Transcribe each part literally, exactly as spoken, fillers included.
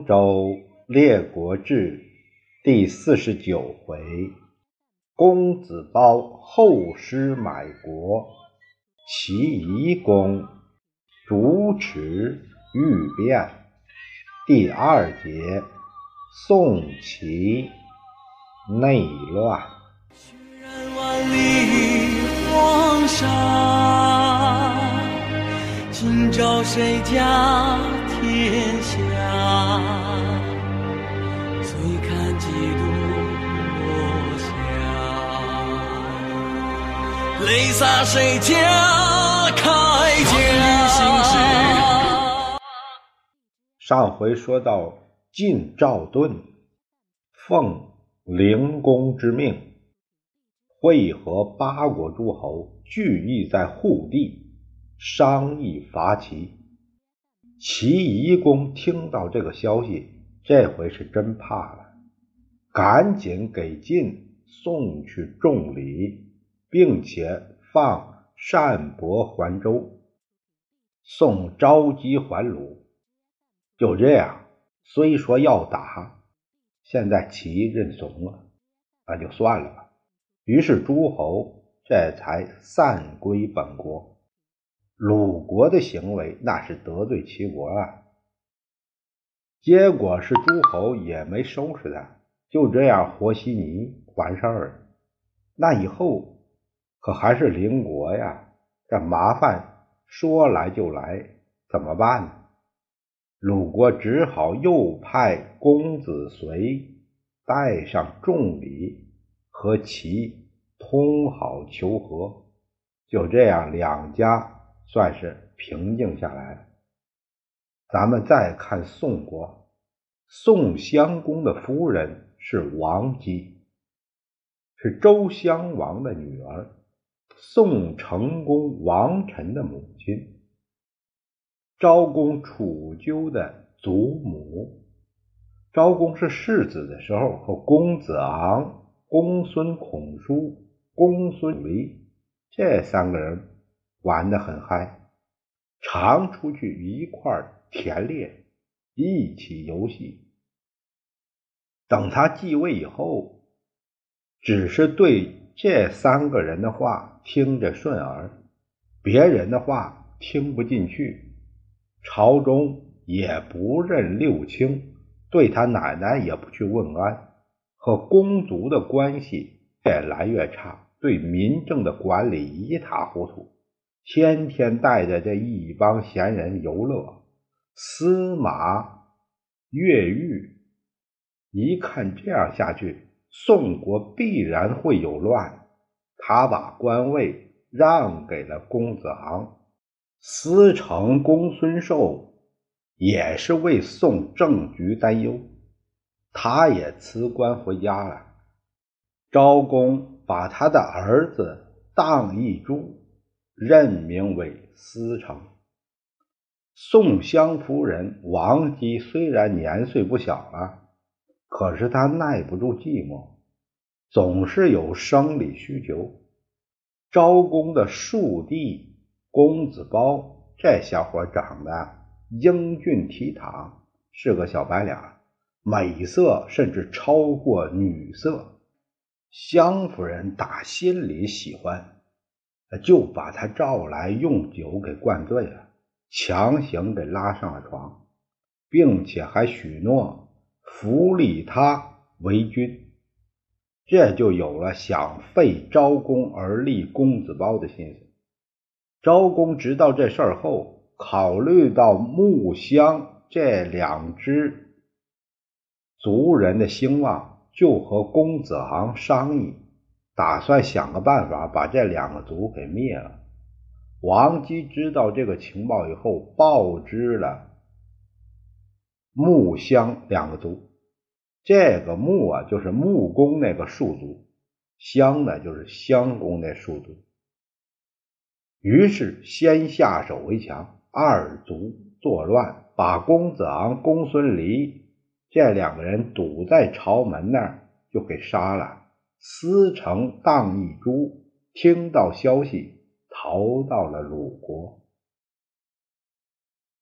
州列国志第四十九回，公子褒后师买国，齐懿公主持欲变。第二节，宋齐内乱。 血染万里黄沙，今朝谁家天下？醉看几度落霞，泪洒谁家铠甲？ 上回说到晋赵盾奉灵公之命，会合八国诸侯，聚义在护地，商议伐齐。齐懿公听到这个消息，这回是真怕了，赶紧给晋送去重礼，并且放单伯还州，送昭姬还鲁。就这样，虽说要打，现在齐认怂了，那就算了吧。于是诸侯这才散归本国。鲁国的行为那是得罪齐国啊，结果是诸侯也没收拾他，就这样和稀泥完事儿了。那以后可还是邻国呀，这麻烦说来就来，怎么办呢？鲁国只好又派公子随带上重礼和齐通好求和，就这样两家算是平静下来了。咱们再看宋国，宋襄公的夫人是王姬，是周襄王的女儿，宋成公王臣的母亲，昭公楚纠的祖母。昭公是世子的时候，和公子昂、公孙孔叔、公孙离这三个人玩得很嗨，常出去一块田猎，一起游戏。等他继位以后，只是对这三个人的话听着顺耳，别人的话听不进去。朝中也不认六卿，对他奶奶也不去问安，和公族的关系越来越差，对民政的管理一塌糊涂，天天带着这一帮闲人游乐，司马越狱。一看这样下去，宋国必然会有乱，他把官位让给了公子昂。司城公孙寿也是为宋政局担忧，他也辞官回家了。昭公把他的儿子荡一珠任命为司城。宋襄夫人王姬虽然年岁不小了，可是她耐不住寂寞，总是有生理需求。昭公的庶弟公子褒，这小伙长得英俊倜傥，是个小白脸，美色甚至超过女色。襄夫人打心里喜欢，就把他召来用酒给灌醉了，强行给拉上了床，并且还许诺扶立他为君。这就有了想废昭公而立公子褒的心思。昭公知道这事儿后，考虑到穆襄这两支族人的兴旺，就和公子昂商议，打算想个办法把这两个族给灭了。王姬知道这个情报以后，报知了穆襄两个族。这个穆啊，就是穆公那个庶族，襄呢就是襄公那庶族。于是先下手为强，二族作乱，把公子昂、公孙离这两个人堵在朝门那儿就给杀了。司城荡一珠听到消息，逃到了鲁国。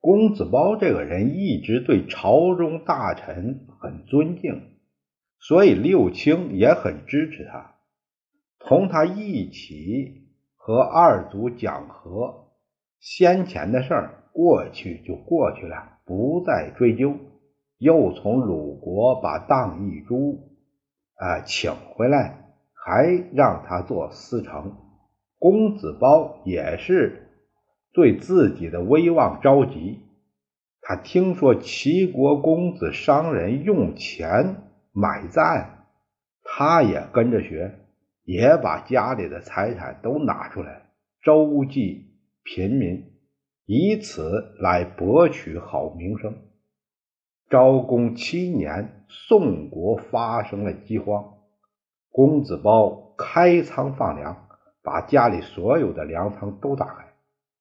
公子褒这个人一直对朝中大臣很尊敬，所以六卿也很支持他，同他一起和二祖讲和，先前的事儿过去就过去了，不再追究。又从鲁国把荡邑珠呃请回来，还让他做司城。公子褒也是对自己的威望着急，他听说齐国公子商人用钱买赞，他也跟着学，也把家里的财产都拿出来周济贫民，以此来博取好名声。昭公七年，宋国发生了饥荒，公子褒开仓放粮，把家里所有的粮仓都打开，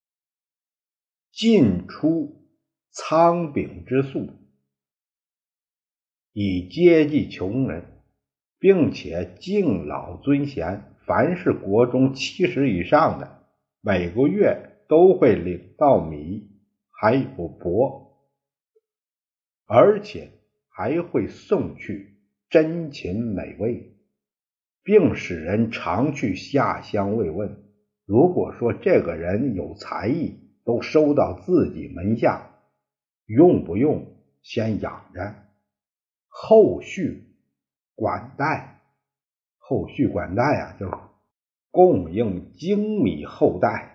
进出仓饼之粟，以接济穷人，并且敬老尊贤，凡是国中七十以上的，每个月都会领到米还有帛，而且还会送去珍禽美味，并使人常去下乡慰问。如果说这个人有才艺，都收到自己门下，用不用先养着，后续管带。后续管带啊，就是供应精米后代。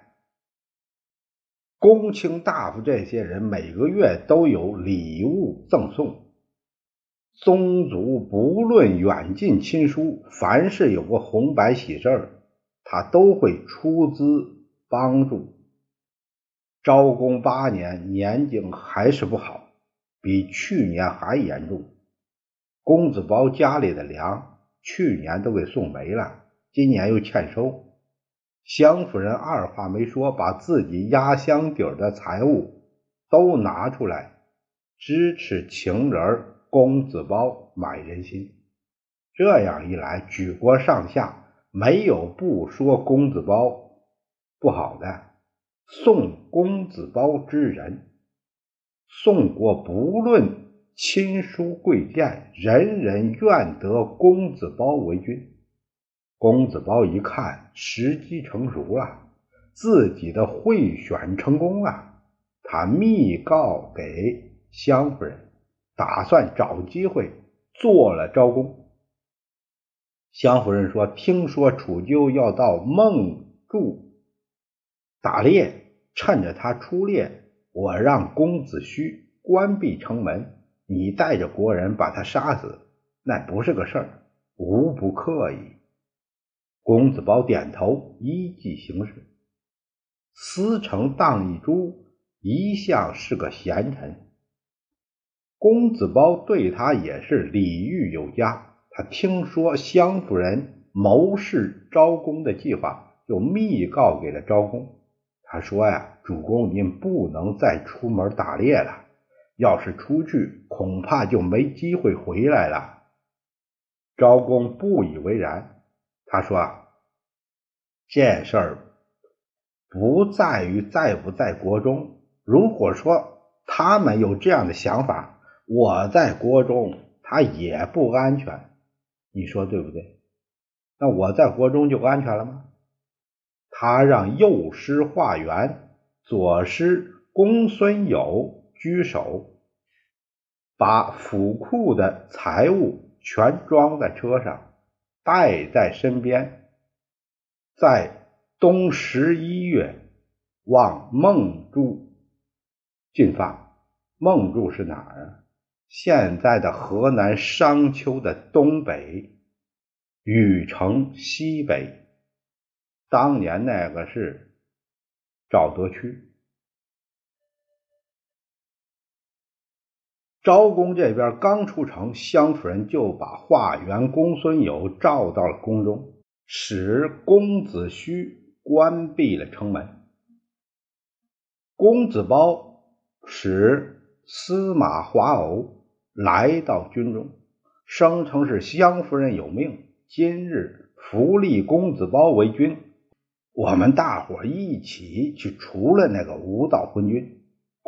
公卿大夫这些人每个月都有礼物赠送，宗族不论远近亲疏，凡是有个红白喜事，他都会出资帮助。昭公八年，年景还是不好，比去年还严重。公子褒家里的粮去年都给送没了，今年又欠收。襄夫人二话没说，把自己压箱底的财物都拿出来支持情人公子褒买人心。这样一来，举国上下没有不说公子褒不好的，宋公子褒之人。宋国不论亲疏贵贱，人人愿得公子褒为君。公子褒一看时机成熟了，自己的贿选成功了，他密告给襄夫人，打算找机会做了昭公。襄夫人说，听说楚鸠要到孟注打猎，趁着他出猎，我让公子胥关闭城门，你带着国人把他杀死，那不是个事儿，无不可以。公子褒点头，依计行事。司城荡邑珠一向是个贤臣，公子褒对他也是礼遇有加。他听说襄夫人谋视昭公的计划，就密告给了昭公。他说呀，主公您不能再出门打猎了，要是出去恐怕就没机会回来了。昭公不以为然，他说啊，这事儿不在于在不在国中，如果说他们有这样的想法，我在国中他也不安全，你说对不对？那我在国中就安全了吗？他让右师华元、左师公孙友居守，把府库的财物全装在车上，带在身边，在冬十一月往孟注进发。孟注是哪儿啊？现在的河南商丘的东北，禹城西北，当年那个是沼泽区。昭公这边刚出城，襄夫人就把华元、公孙友召到了宫中，使公子胥关闭了城门。公子褒使司马华偶来到军中，声称是襄夫人有命，今日扶立公子褒为君，我们大伙一起去除了那个无道昏君。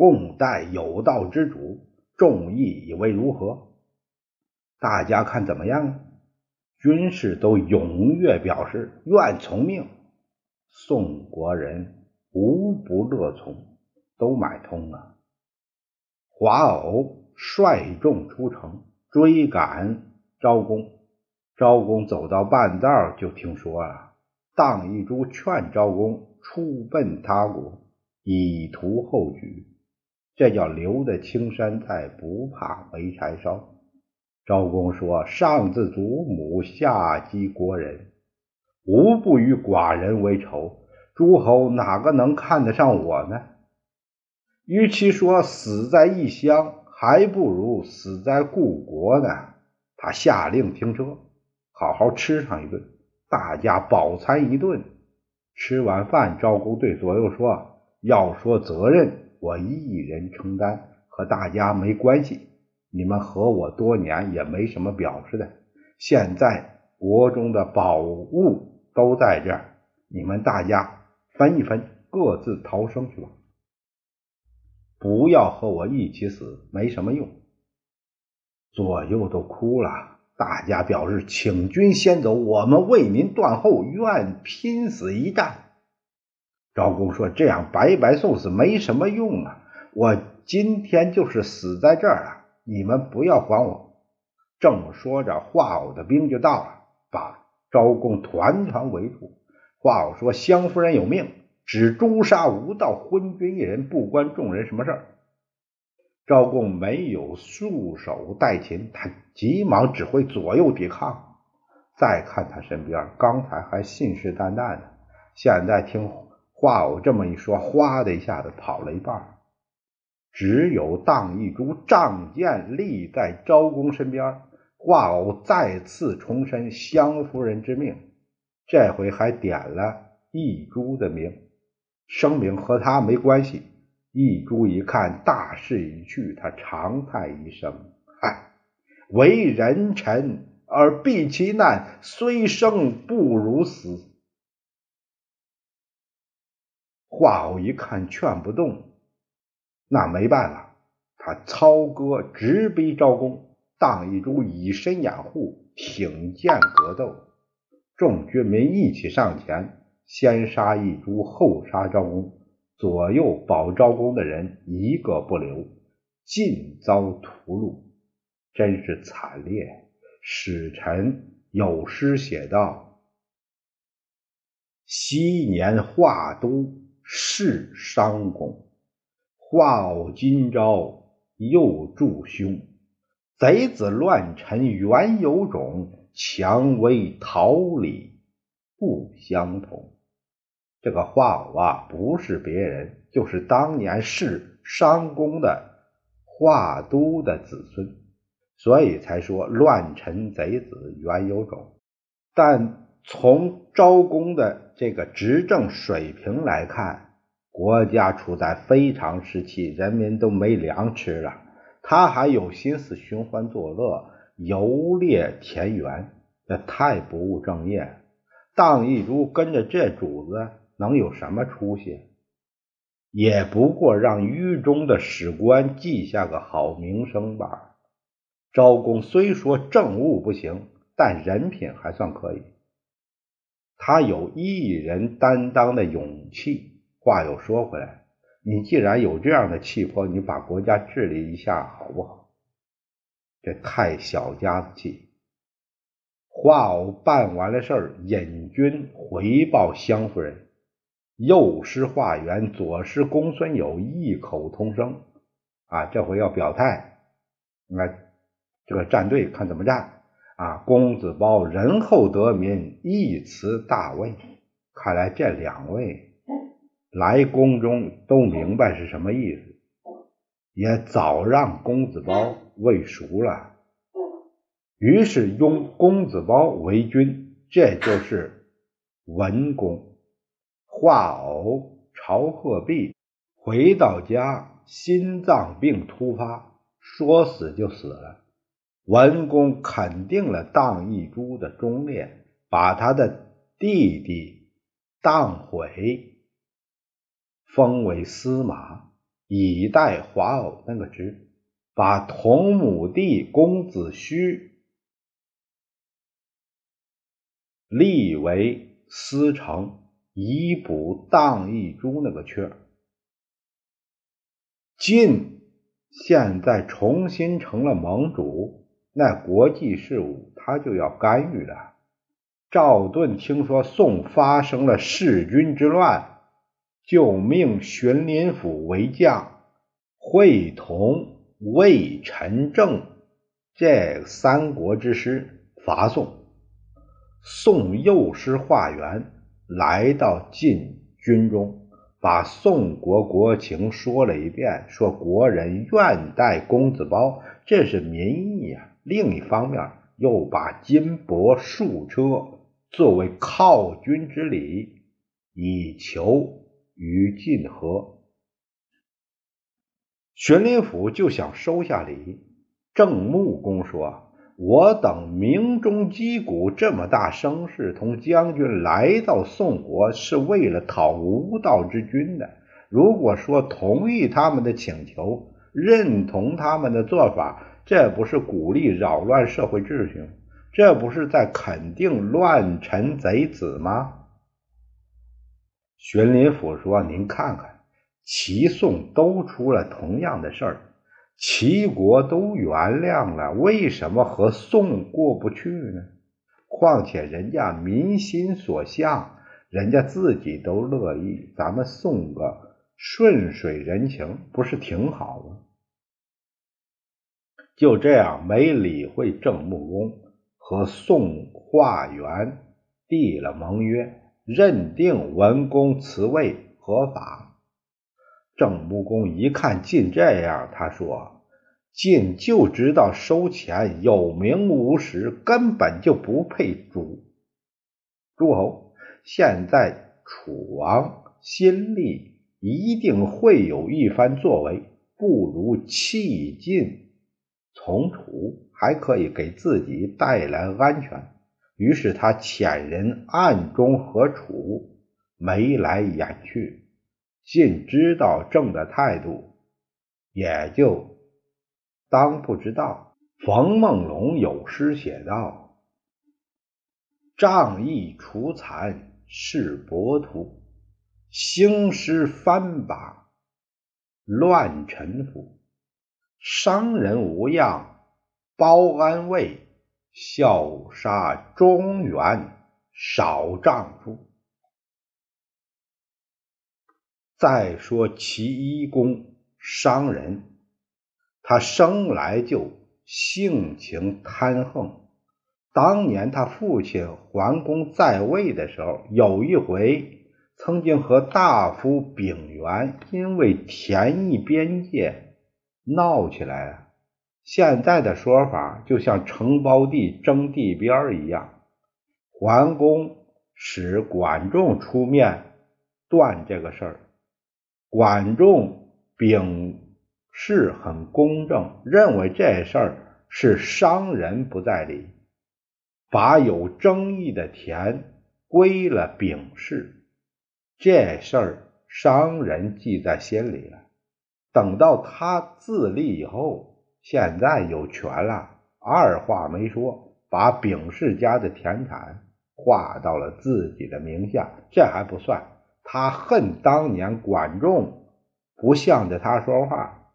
共戴有道之主，众议以为如何？大家看怎么样？军士都踊跃表示愿从命。宋国人无不乐从，都买通了。华偶率众出城追赶昭公。昭公走到半道就听说了，荡一株劝昭公出奔他国，以图后举。这叫留得青山在，不怕没柴烧。昭公说：上自祖母，下及国人，无不与寡人为仇，诸侯哪个能看得上我呢？与其说死在异乡，还不如死在故国呢。他下令停车，好好吃上一顿，大家饱餐一顿。吃完饭，昭公对左右说：要说责任，我一人承担，和大家没关系，你们和我多年也没什么表示的。现在国中的宝物都在这儿，你们大家分一分，各自逃生去吧，不要和我一起死，没什么用。左右都哭了，大家表示请君先走，我们为您断后，愿拼死一战。昭公说：这样白白送死没什么用啊，我今天就是死在这儿了，你们不要管我。正说着，华偶的兵就到了，把昭公团团围住。华偶说：襄夫人有命，只诛杀无道昏君一人，不关众人什么事儿。昭公没有束手待擒，他急忙指挥左右抵抗。再看他身边，刚才还信誓旦旦的，现在听华偶这么一说，哗的一下子跑了一半。只有荡一株仗剑立在昭公身边。华偶再次重申襄夫人之命，这回还点了一株的名，声明和他没关系。一株一看大势已去，他长叹一声：唉，为人臣而避其难，虽生不如死。华偶一看劝不动，那没办法，他操戈直逼昭公。荡一株以身掩护，挺剑格斗。众军民一起上前，先杀一株，后杀昭公。左右保昭公的人一个不留，尽遭屠戮，真是惨烈。史臣有诗写道：昔年华都弑商公，华偶今朝又助凶。贼子乱臣原有种，蔷薇桃李不相同。这个华偶啊，不是别人，就是当年弑商公的华都的子孙，所以才说乱臣贼子原有种。但从昭公的这个执政水平来看，国家处在非常时期，人民都没粮吃了，他还有心思寻欢作乐，游猎田园，这太不务正业。荡一株跟着这主子能有什么出息？也不过让狱中的史官记下个好名声吧。昭公虽说政务不行，但人品还算可以，他有一人担当的勇气。话又说回来，你既然有这样的气魄，你把国家治理一下好不好？这太小家子气。华偶办完了事儿，引军回报襄夫人，右师华元，左师公孙友异口同声啊，这回要表态，那这个战队看怎么战啊？公子包仁厚得民，义辞大位。看来这两位来宫中都明白是什么意思，也早让公子包喂熟了。于是拥公子包为君，这就是文公。华偶朝贺毕，回到家心脏病突发，说死就死了。文公肯定了荡一株的忠烈，把他的弟弟荡悔封为司马， 以代华偶那个职，把同母弟公子胥立为司城，以补荡义珠那个缺。晋现在重新成了盟主，那国际事务他就要干预了。赵盾听说宋发生了弑君之乱，就命荀林甫为将，会同魏、陈、郑这三国之师伐宋。宋右师华元来到晋军中，把宋国国情说了一遍，说国人愿戴公子包，这是民意啊。另一方面又把金帛数车作为犒军之礼，以求于晋和。荀林甫就想收下礼，郑穆公说，我等鸣钟击鼓这么大声势，同将军来到宋国是为了讨无道之君的。如果说同意他们的请求，认同他们的做法，这不是鼓励扰乱社会秩序，这不是在肯定乱臣贼子吗？荀林甫说，您看看，齐宋都出了同样的事儿，齐国都原谅了，为什么和宋过不去呢？况且人家民心所向，人家自己都乐意，咱们送个顺水人情，不是挺好吗？就这样，没理会郑穆公，和宋华元缔了盟约，认定文公辞位合法。郑穆公一看晋这样，他说，晋就知道收钱，有名无实，根本就不配诸诸侯。现在楚王新立，一定会有一番作为，不如弃晋从楚，还可以给自己带来安全。于是他遣人暗中和楚眉来眼去。晋知道郑的态度，也就当不知道。冯梦龙有诗写道，仗义除残是博徒，兴师翻把乱臣服，商人无恙包安慰，笑杀中原少丈夫。再说齐懿公商人，他生来就性情贪横。当年他父亲桓公在位的时候，有一回曾经和大夫丙原因为田邑边界闹起来了。现在的说法就像承包地争地边一样，桓公使管仲出面断这个事儿。管仲秉事很公正，认为这事儿是商人不在理，把有争议的田归了秉事，这事儿商人记在心里了。等到他自立以后，现在有权了，二话没说，把秉事家的田产划到了自己的名下。这还不算，他恨当年管仲不向着他说话，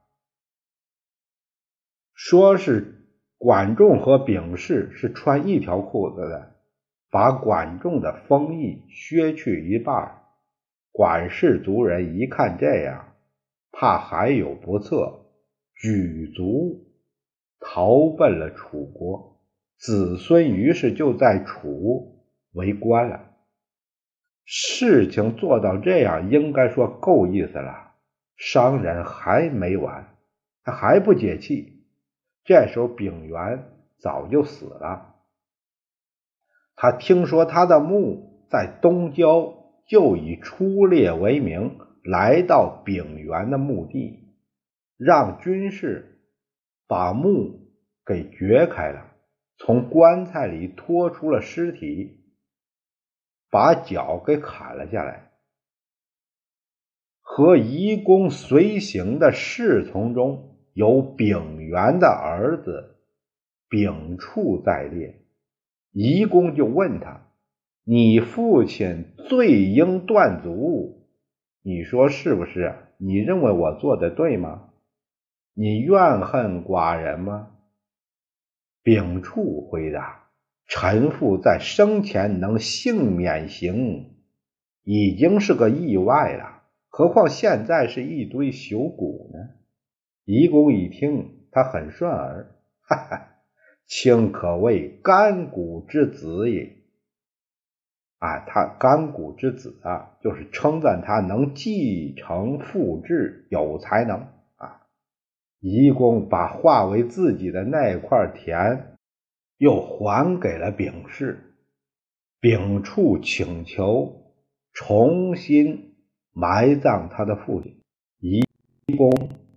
说是管仲和秉事是穿一条裤子的，把管仲的封邑削去一半。管氏族人一看这样，怕还有不测，举族逃奔了楚国，子孙于是就在楚为官了。事情做到这样，应该说够意思了。商人还没完，他还不解气。这时候丙原早就死了，他听说他的墓在东郊，就以出猎为名来到丙原的墓地，让军士把墓给掘开了，从棺材里拖出了尸体，把脚给砍了下来。 和夷公随行的侍从中有丙原的儿子丙处在列。夷公就问他，你父亲罪应断足，你说是不是？你认为我做的对吗？你怨恨寡人吗？丙处回答，臣父在生前能幸免刑已经是个意外了，何况现在是一堆朽骨呢？夷公一听，他很顺耳，哈哈，卿可谓干骨之子也。啊，他干骨之子啊，就是称赞他能继承父志，有才能啊。夷公把化为自己的那块田又还给了丙氏，丙处请求重新埋葬他的父亲。夷公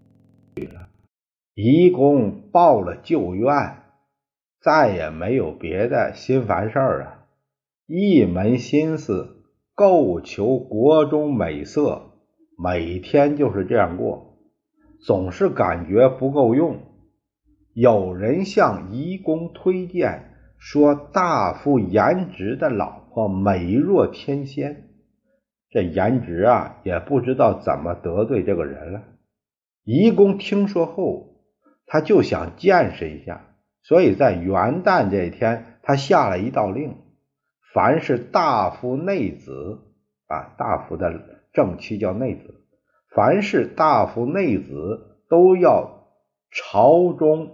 夷公报了旧怨，再也没有别的心烦事儿啊，一门心思构求国中美色，每天就是这样过，总是感觉不够用。有人向夷公推荐说，大夫颜值的老婆美若天仙。这颜值啊，也不知道怎么得罪这个人了。夷公听说后，他就想见识一下，所以在元旦这天，他下了一道令，凡是大夫内子啊，大夫的正妻叫内子，凡是大夫内子都要朝中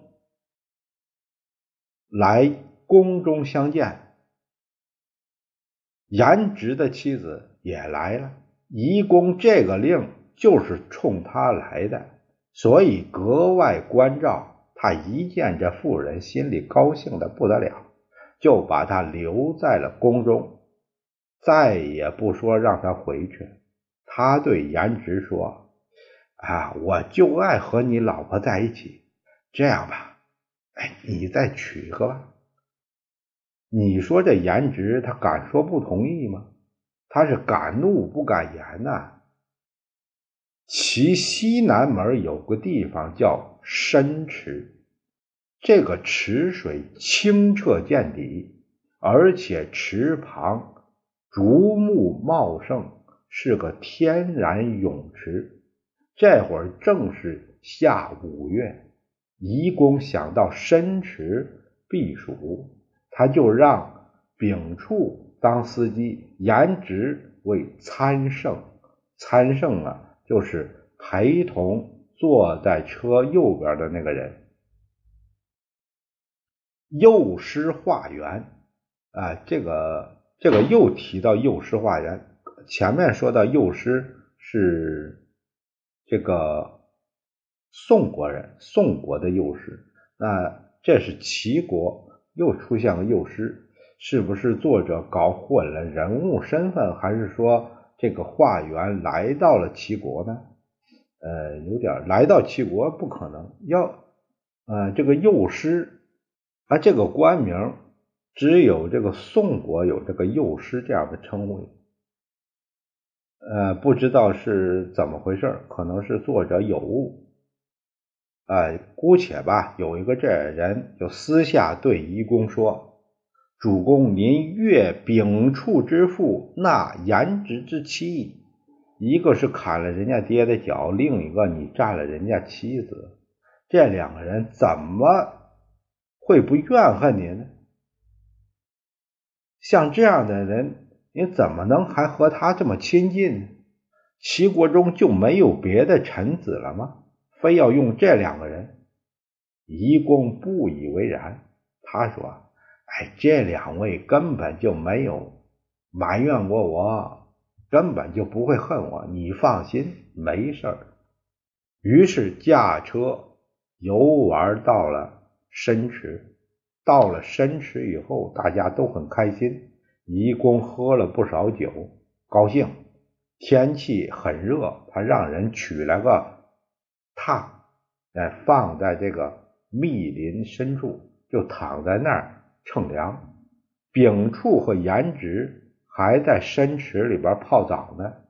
来宫中相见。颜值的妻子也来了，夷公这个令就是冲他来的，所以格外关照。他一见这妇人，心里高兴的不得了，就把他留在了宫中，再也不说让他回去。他对颜值说，啊，我就爱和你老婆在一起，这样吧，哎，你再娶个吧。你说这颜值他敢说不同意吗？他是敢怒不敢言呐、啊。其西南门有个地方叫深池，这个池水清澈见底，而且池旁竹木茂盛，是个天然泳池。这会儿正是夏五月，夷公想到深池避暑，他就让丙处当司机，颜值为参乘。参乘啊，就是陪同坐在车右边的那个人。幼师化缘啊，这个这个又提到幼师化缘。前面说到幼师是这个宋国人，宋国的幼师，那这是齐国又出现了幼师，是不是作者搞混了人物身份，还是说这个化缘来到了齐国呢？呃，有点来到齐国不可能，要呃这个幼师啊，这个官名只有这个宋国有这个幼师这样的称谓。呃，不知道是怎么回事，可能是作者有误。呃，姑且吧，有一个这人就私下对夷公说，主公您越丙处之父，纳颜值之妻，一个是砍了人家爹的脚，另一个你占了人家妻子，这两个人怎么会不怨恨您呢？像这样的人，你怎么能还和他这么亲近呢？齐国中就没有别的臣子了吗？非要用这两个人？夷公不以为然，他说，哎，这两位根本就没有埋怨过我，根本就不会恨我，你放心，没事儿。于是驾车游玩到了深池。到了深池以后，大家都很开心，夷公喝了不少酒，高兴。天气很热，他让人取了个榻，哎，放在这个密林深处，就躺在那儿乘凉。丙处和颜值还在深池里边泡澡呢。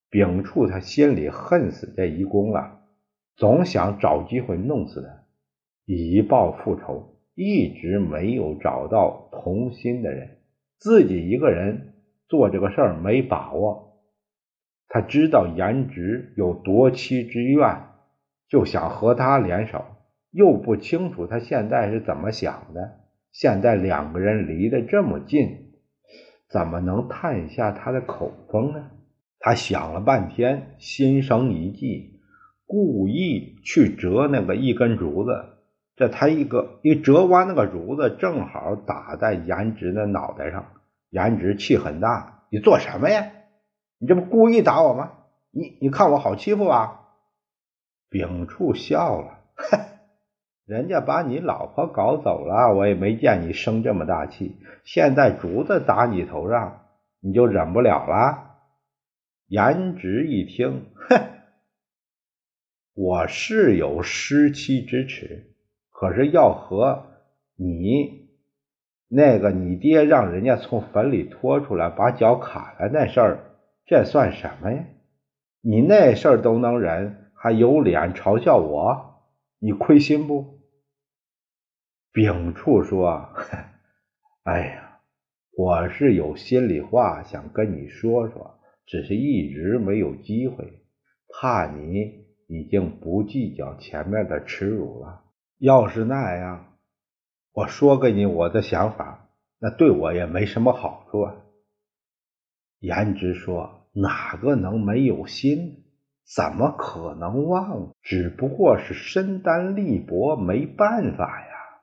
秉处他心里恨死这夷公了，总想找机会弄死他，以报复仇，一直没有找到同心的人，自己一个人做这个事儿没把握。他知道颜值有夺妻之愿，就想和他联手，又不清楚他现在是怎么想的。现在两个人离得这么近，怎么能探一下他的口风呢？他想了半天，心生一计，故意去折那个一根竹子。这他一个一折弯那个竹子，正好打在颜值的脑袋上。颜值气很大，你做什么呀？你这不故意打我吗？你你看我好欺负啊？秉处笑了，人家把你老婆搞走了，我也没见你生这么大气，现在竹子打你头上，你就忍不了了？颜值一听，哼，我是有失妻之耻，可是要和你那个你爹让人家从坟里拖出来把脚砍了那事儿，这算什么呀？你那事儿都能忍，还有脸嘲笑我？你亏心不？秉处说，哎呀，我是有心里话想跟你说说，只是一直没有机会，怕你已经不计较前面的耻辱了。要是那样，我说给你我的想法，那对我也没什么好处啊。颜值说，哪个能没有心？怎么可能忘？只不过是身单力薄，没办法呀。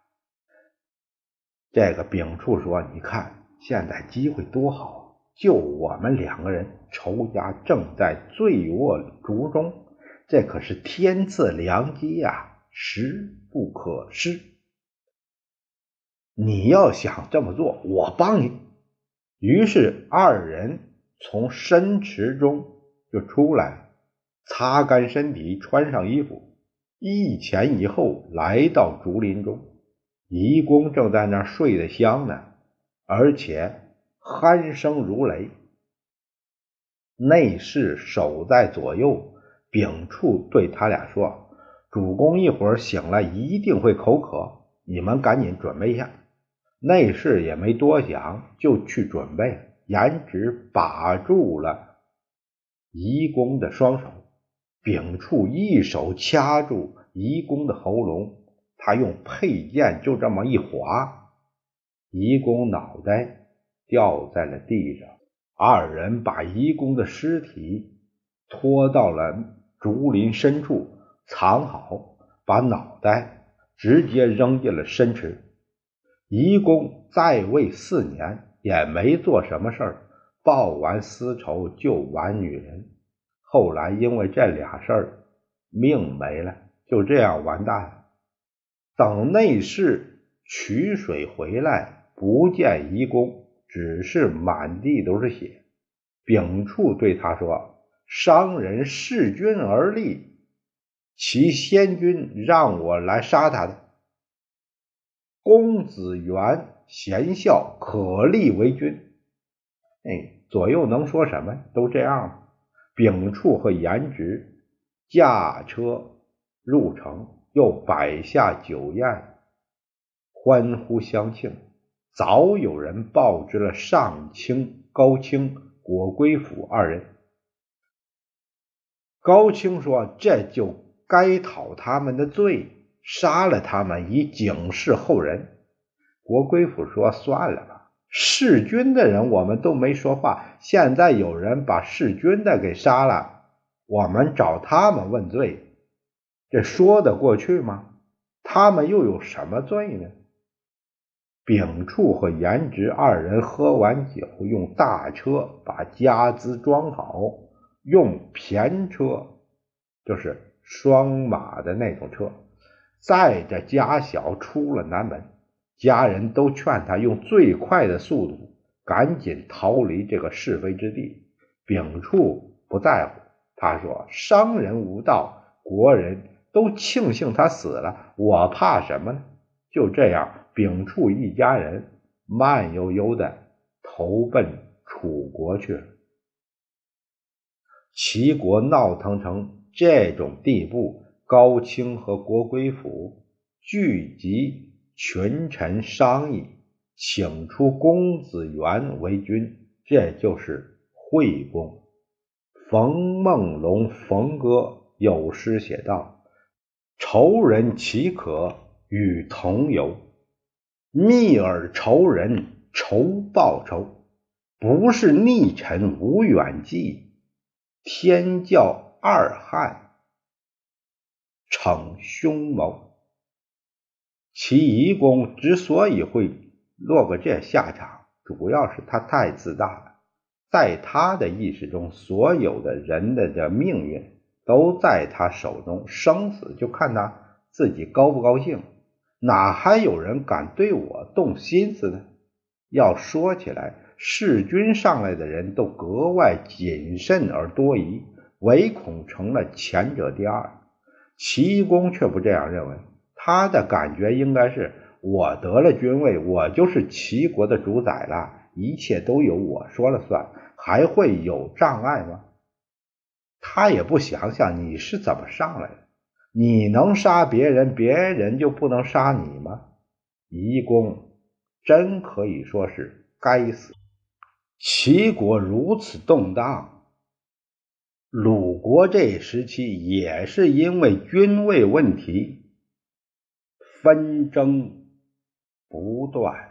这个秉处说，你看现在机会多好，就我们两个人，仇家正在醉卧竹中，这可是天赐良机呀，实不可失。你要想这么做，我帮你。于是二人从深池中就出来，擦干身体，穿上衣服，一前一后来到竹林中。夷公正在那儿睡得香呢，而且鼾声如雷。内侍守在左右，秉处对他俩说，主公一会儿醒来一定会口渴，你们赶紧准备一下。内侍也没多想，就去准备了。颜值把住了夷公的双手，秉处一手掐住夷公的喉咙，他用佩剑就这么一划，夷公脑袋掉在了地上。二人把夷公的尸体拖到了竹林深处藏好，把脑袋直接扔进了深池。夷公在位四年也没做什么事儿，报完私仇就玩女人，后来因为这俩事儿命没了，就这样完蛋了。等内侍取水回来，不见夷公，只是满地都是血。秉处对他说，商人弑君而立，其先君让我来杀他的。公子元贤孝，可立为君。哎，左右能说什么？都这样了。秉处和颜值驾车入城，又摆下酒宴，欢呼相庆。早有人报知了上卿、高卿、果归府二人。高卿说，这就该讨他们的罪，杀了他们以警示后人。国归府说，算了吧，弑君的人我们都没说话，现在有人把弑君的给杀了，我们找他们问罪，这说得过去吗？他们又有什么罪呢？秉处和颜值二人喝完酒，用大车把家资装好，用骈车，就是双马的那种车，载着家小出了南门。家人都劝他用最快的速度赶紧逃离这个是非之地。秉处不在乎，他说，商人无道，国人都庆幸他死了，我怕什么呢？就这样，秉处一家人慢悠悠的投奔楚国去了。 齐国闹腾成这种地步，高卿和国归府聚集群臣商议，请出公子元为君，这就是惠公。冯梦龙冯哥有诗写道：仇人岂可与同游，密尔仇人仇报仇，不是逆臣无远计，天教二汉逞凶谋。齐懿公之所以会落个这下场，主要是他太自大了。在他的意识中，所有的人的这命运都在他手中，生死就看他自己高不高兴，哪还有人敢对我动心思呢？要说起来，弑君上来的人都格外谨慎而多疑，唯恐成了前者第二。齐公却不这样认为，他的感觉应该是，我得了君位，我就是齐国的主宰了，一切都由我说了算，还会有障碍吗？他也不想想你是怎么上来的，你能杀别人，别人就不能杀你吗？懿公真可以说是该死。齐国如此动荡，鲁国这时期也是因为君位问题纷争不断。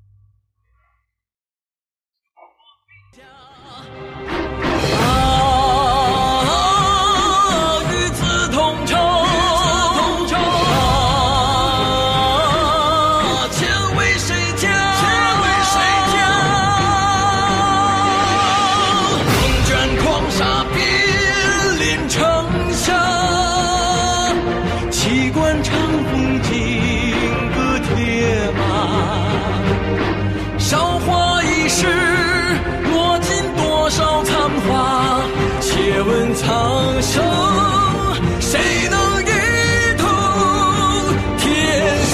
问苍生，谁能一统天下？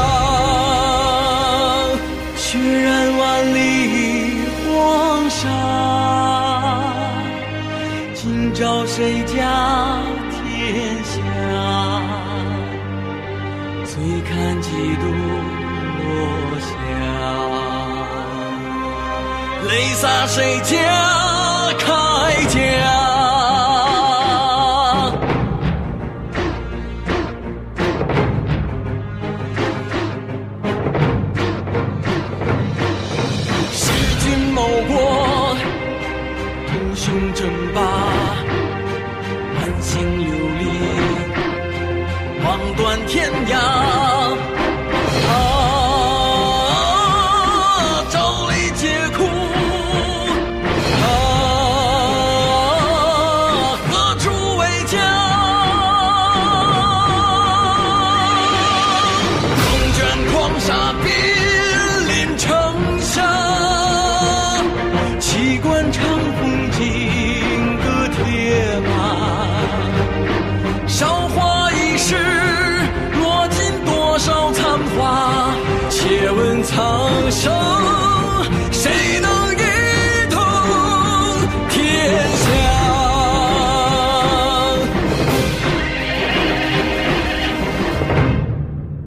血染万里黄沙，今朝谁家天下？醉看几度落霞，泪洒谁家铠甲？争霸，满心流离，望断天涯。